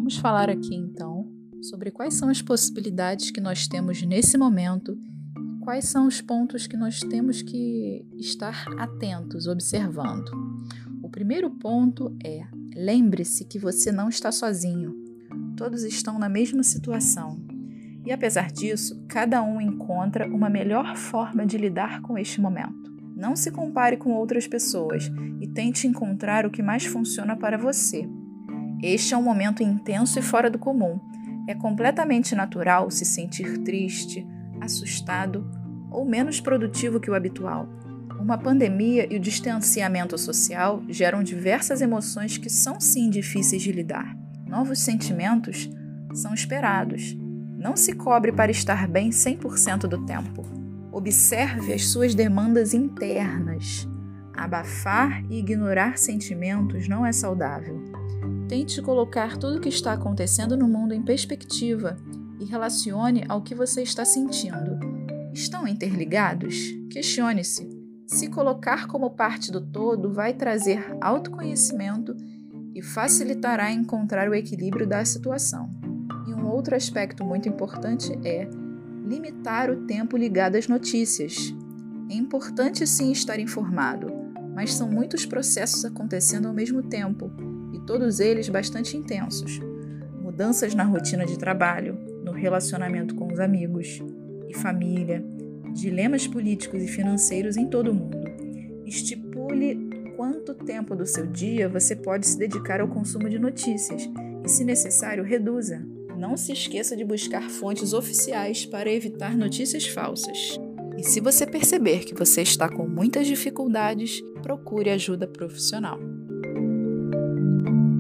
Vamos falar aqui então sobre quais são as possibilidades que nós temos nesse momento, quais são os pontos que nós temos que estar atentos, observando. O primeiro ponto é: lembre-se que você não está sozinho. Todos estão na mesma situação. E apesar disso, cada um encontra uma melhor forma de lidar com este momento. Não se compare com outras pessoas e tente encontrar o que mais funciona para você. Este é um momento intenso e fora do comum. É completamente natural se sentir triste, assustado ou menos produtivo que o habitual. Uma pandemia e o distanciamento social geram diversas emoções que são sim difíceis de lidar. Novos sentimentos são esperados. Não se cobre para estar bem 100% do tempo. Observe as suas demandas internas. Abafar e ignorar sentimentos não é saudável. Tente colocar tudo o que está acontecendo no mundo em perspectiva e relacione ao que você está sentindo. Estão interligados? Questione-se. Se colocar como parte do todo vai trazer autoconhecimento e facilitará encontrar o equilíbrio da situação. E um outro aspecto muito importante é limitar o tempo ligado às notícias. É importante sim estar informado, mas são muitos processos acontecendo ao mesmo tempo, e todos eles bastante intensos. Mudanças na rotina de trabalho, no relacionamento com os amigos e família, dilemas políticos e financeiros em todo o mundo. Estipule quanto tempo do seu dia você pode se dedicar ao consumo de notícias e, se necessário, reduza. Não se esqueça de buscar fontes oficiais para evitar notícias falsas. E se você perceber que você está com muitas dificuldades, procure ajuda profissional.